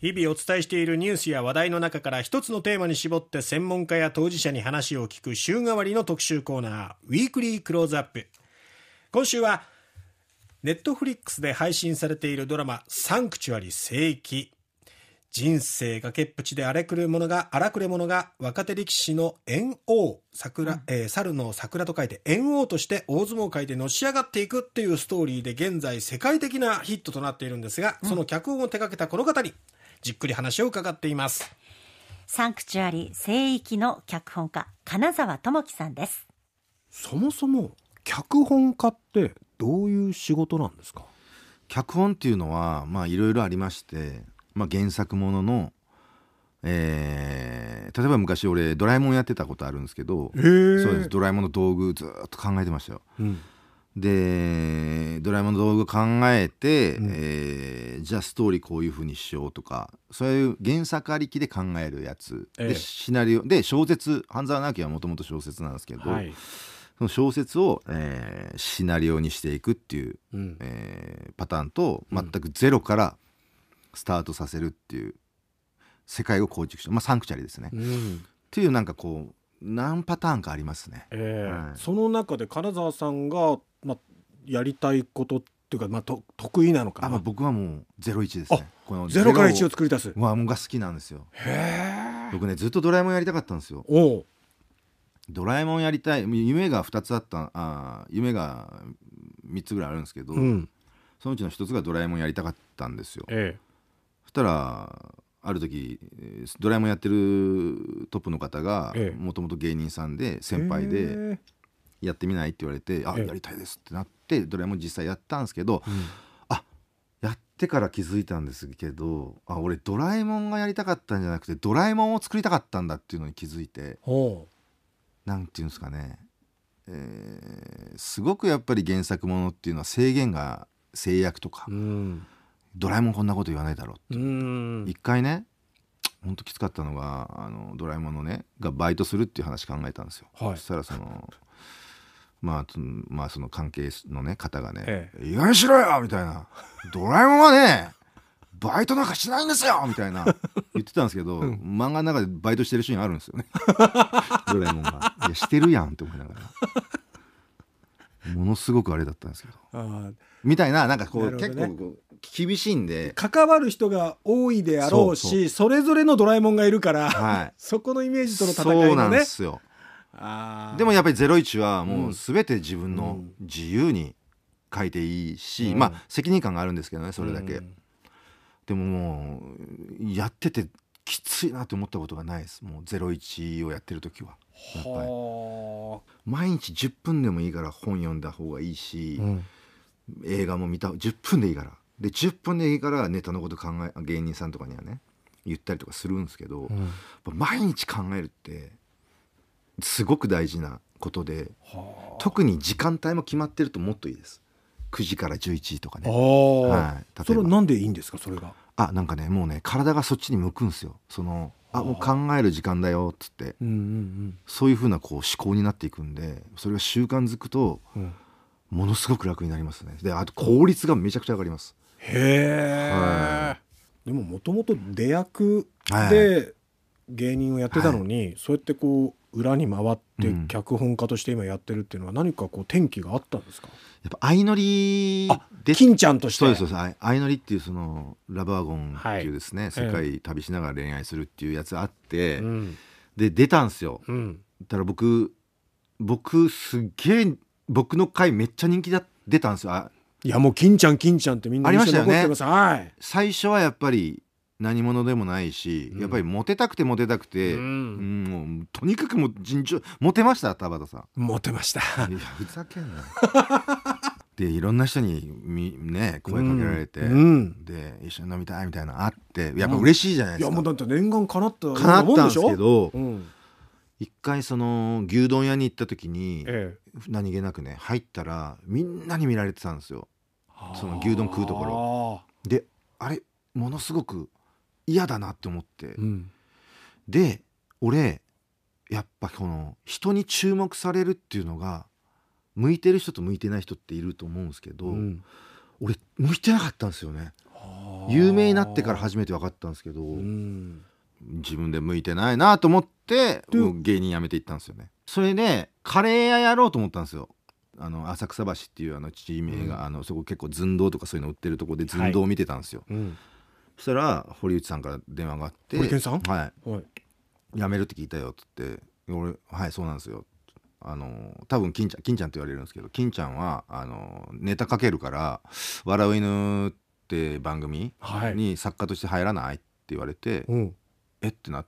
日々お伝えしているニュースや話題の中から一つのテーマに絞って専門家や当事者に話を聞く週替わりの特集コーナー、ウィークリークローズアップ。今週はネットフリックスで配信されているドラマサンクチュアリ聖域。人生崖っぷちで荒くれ者が若手力士の猿翁、猿の桜と書いて猿翁として大相撲界でのし上がっていくっていうストーリーで現在世界的なヒットとなっているんですが、その脚本を手掛けたこの方にじっくり話を伺っています。 サンクチュアリ聖域の脚本家、金沢智樹さんです。 そもそも脚本家ってどういう仕事なんですか？ 脚本っていうのはいろいろありまして、原作ものの、例えば昔俺ドラえもんやってたことあるんですけど、そうです、ドラえもんの道具ずっと考えてましたよ、でドラえもんの道具考えて、じゃあストーリーこういう風にしようとか、そういう原作ありきで考えるやつ、でシナリオで小説、半沢直樹はもともと小説なんですけど、その小説を、シナリオにしていくっていう、パターンと、全くゼロからスタートさせるっていう世界を構築して、サンクチュアリですね、っていう何パターンかありますね、 その中で金沢さんが、やりたいことっていうか、得意なのかな。 僕はもう01ですね。 このゼロから1を作り出すが好きなんですよ。僕ねずっとドラえもんやりたかったんですよ。ドラえもんやりたい夢が2つあった。夢が3つぐらいあるんですけど、そのうちの1つがドラえもんやりたかったんですよ。そしたらある時ドラえもんやってるトップの方がもともと芸人さんで先輩で、やってみないって言われて、やりたいですってなってドラえもん実際やったんですけど、やってから気づいたんですけど、俺ドラえもんがやりたかったんじゃなくてドラえもんを作りたかったんだっていうのに気づいて、なんていうんですかね、すごくやっぱり原作ものっていうのは制約とか、ドラえもんこんなこと言わないだろうって、一回ねほんときつかったのがドラえもんのねがバイトするっていう話考えたんですよ、そしたらその関係のね方がね「意外にしろよ!」みたいな「ドラえもんはねバイトなんかしないんですよ!」みたいな言ってたんですけど、漫画の中でバイトしてるシーンあるんですよねドラえもんが。いやしてるやんって思いながらものすごくあれだったんですけど、みたいな、結構厳しいんで、 関わる人が多いであろうし、それぞれのドラえもんがいるから、そこのイメージとの戦いのね。 そうなんですよ。でもやっぱり01はもう全て自分の自由に書いていいし、責任感があるんですけどね、それだけ。でももうやっててきついなって思ったことがないです。もう01をやってる時はやっぱり毎日10分でもいいから本読んだ方がいいし、映画も見た10分でいいから、で10分でいいからネタのこと芸人さんとかにはね言ったりとかするんですけど、毎日考えるってすごく大事なことで、特に時間帯も決まってるともっといいです。9時から11時とかね。例えばそれはなんでいいんですか？それがなんかねもうね体がそっちに向くんですよ。もう考える時間だよっつって、そういう風な思考になっていくんで、それが習慣づくと、ものすごく楽になりますね。であと効率がめちゃくちゃ上がります。 でももともと出役で芸人をやってたのに、そうやって裏に回って脚本家として今やってるっていうのは何か転機があったんですか？ やっぱ相乗りで金ちゃんとして。 そうです相乗りっていうそのラブワゴンっていうですね、世界旅しながら恋愛するっていうやつあって、で出たんですよ。だから僕すっげえ僕の回めっちゃ人気出たんですよ。 いやもう金ちゃんってみんなありましたよね。 最初はやっぱり何者でもないし、やっぱりモテたくて、もうとにかくもうモテました。田畑さんモテました。 いやふざけんなでいろんな人に声かけられて、で一緒に飲みたいみたいなのあって、やっぱ嬉しいじゃないですか。 いやもうだって念願叶ったんですけど、一回その牛丼屋に行った時に、何気なくね入ったらみんなに見られてたんですよ。その牛丼食うところで、あれものすごく嫌だなって思って、で俺やっぱ人に注目されるっていうのが向いてる人と向いてない人っていると思うんですけど、俺向いてなかったんですよね。 有名になってから初めて分かったんですけど、自分で向いてないなと思って芸人辞めていったんですよね。それでカレー屋やろうと思ったんですよ。浅草橋っていう地名が、そこ結構寸胴とかそういうの売ってるとこで寸胴を見てたんですよ、そしたら堀内さんから電話があって、 堀健さん、 はい、辞めるって聞いたよって言って、俺はいそうなんですよ、多分金ちゃんって言われるんですけど、金ちゃんはネタかけるから笑う犬って番組に作家として入らないって言われて、えってなって、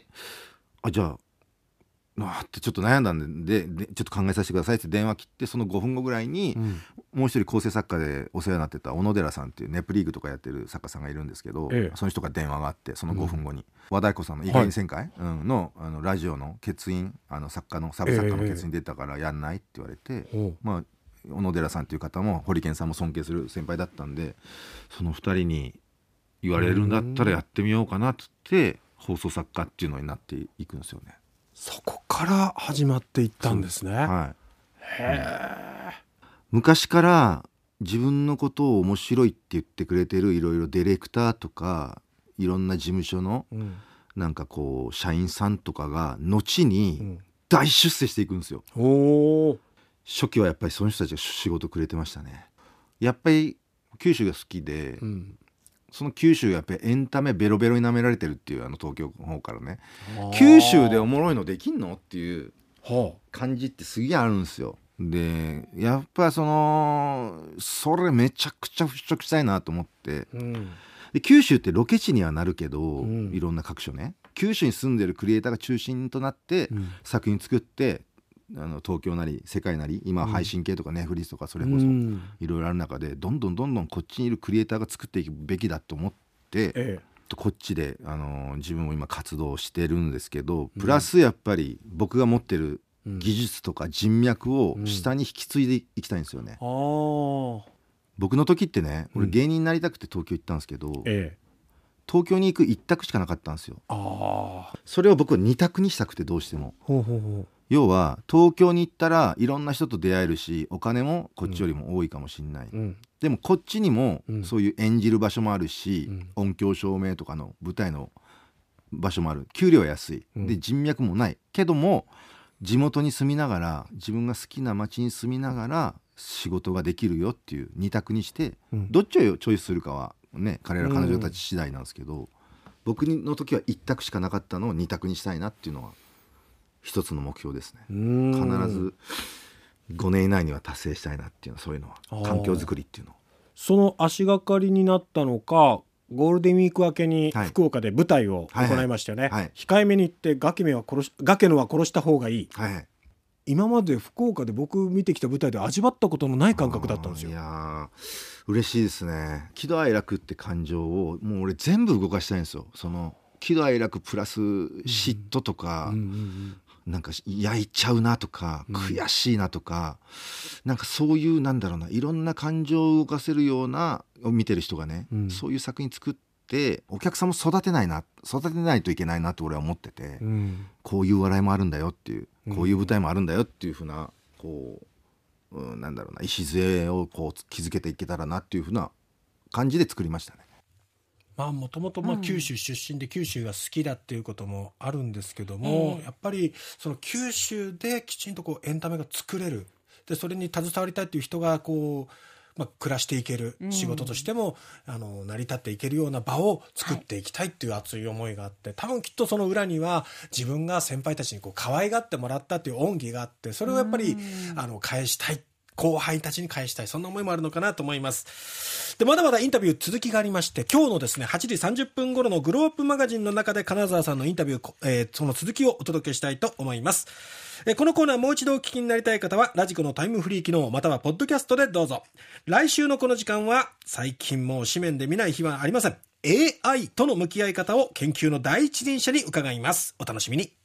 じゃあってちょっと悩んだんでちょっと考えさせてくださいって電話切って、その5分後ぐらいに、もう一人構成作家でお世話になってた小野寺さんっていうネプリーグとかやってる作家さんがいるんですけど、その人から電話があって、その5分後に、和田アキ子さんの意外に旋回、のラジオの欠員作家のサブ作家の欠員出たからやんないって言われて、まあ小野寺さんっていう方も堀健さんも尊敬する先輩だったんで、その2人に言われるんだったらやってみようかなって言って放送作家っていうのになっていくんですよね。 そこから始まっていったんですね。 はい、昔から自分のことを面白いって言ってくれてるいろいろディレクターとかいろんな事務所の、なんかこう社員さんとかが後に大出世していくんですよ。初期はやっぱりその人たちが仕事くれてましたね。やっぱり九州が好きで、その九州やっぱりエンタメベロベロに舐められてるっていう東京の方からね、九州でおもろいのできんのっていう感じってすげえあるんですよ。でやっぱそれめちゃくちゃ払拭したいなと思って、で九州ってロケ地にはなるけど、いろんな各所ね、九州に住んでるクリエイターが中心となって作品作って、東京なり世界なり今配信系とかネフリスとかそれこそいろいろある中で、どんどんこっちにいるクリエイターが作っていくべきだと思って、こっちで自分も今活動してるんですけど、プラスやっぱり僕が持ってる技術とか人脈を下に引き継いでいきたいんですよね。僕の時ってね、俺芸人になりたくて東京行ったんですけど、東京に行く一択しかなかったんですよ。それを僕は二択にしたくて、どうしても。要は東京に行ったらいろんな人と出会えるし、お金もこっちよりも多いかもしれない、でもこっちにもそういう演じる場所もあるし、音響照明とかの舞台の場所もある、給料は安い、で人脈もないけども地元に住みながら、自分が好きな町に住みながら仕事ができるよっていう二択にして、どっちをチョイスするかはね、彼ら彼女たち次第なんですけど、僕の時は一択しかなかったのを二択にしたいなっていうのは一つの目標ですね。必ず5年以内には達成したいなっていうのは、そういうのは環境づくりっていうの。 その足がかりになったのか、ゴールデンウィーク明けに福岡で舞台を行いましたよね。控えめに言ってガケのは殺した方がいい、今まで福岡で僕見てきた舞台で味わったことのない感覚だったんですよ。 いや嬉しいですね。喜怒哀楽って感情をもう俺全部動かしたいんですよ。その喜怒哀楽プラス嫉妬とか、なんか焼いちゃうなとか、悔しいなとか、なんかそういうなんだろうな、いろんな感情を動かせるようなを見てる人がね、そういう作品作ってお客さんも育てないといけないなと俺は思ってて、こういう笑いもあるんだよっていう、こういう舞台もあるんだよっていうふうなこう、なんだろうな、礎をこう築けていけたらなっていうふうな感じで作りましたね。 もともと九州出身で九州が好きだっていうこともあるんですけども、やっぱりその九州できちんとこうエンタメが作れる、でそれに携わりたいっていう人がこう、暮らしていける、仕事としても成り立っていけるような場を作っていきたいっていう熱い思いがあって、多分きっとその裏には自分が先輩たちにこう可愛がってもらったっていう恩義があって、それをやっぱり返したい、後輩たちに返したい、そんな思いもあるのかなと思います。でまだまだインタビュー続きがありまして、今日のですね8時30分頃のグロープマガジンの中で金沢さんのインタビュー、その続きをお届けしたいと思います。このコーナーもう一度お聞きになりたい方はラジコのタイムフリー機能またはポッドキャストでどうぞ。来週のこの時間は最近もう紙面で見ない日はありません。 AI との向き合い方を研究の第一人者に伺います。お楽しみに。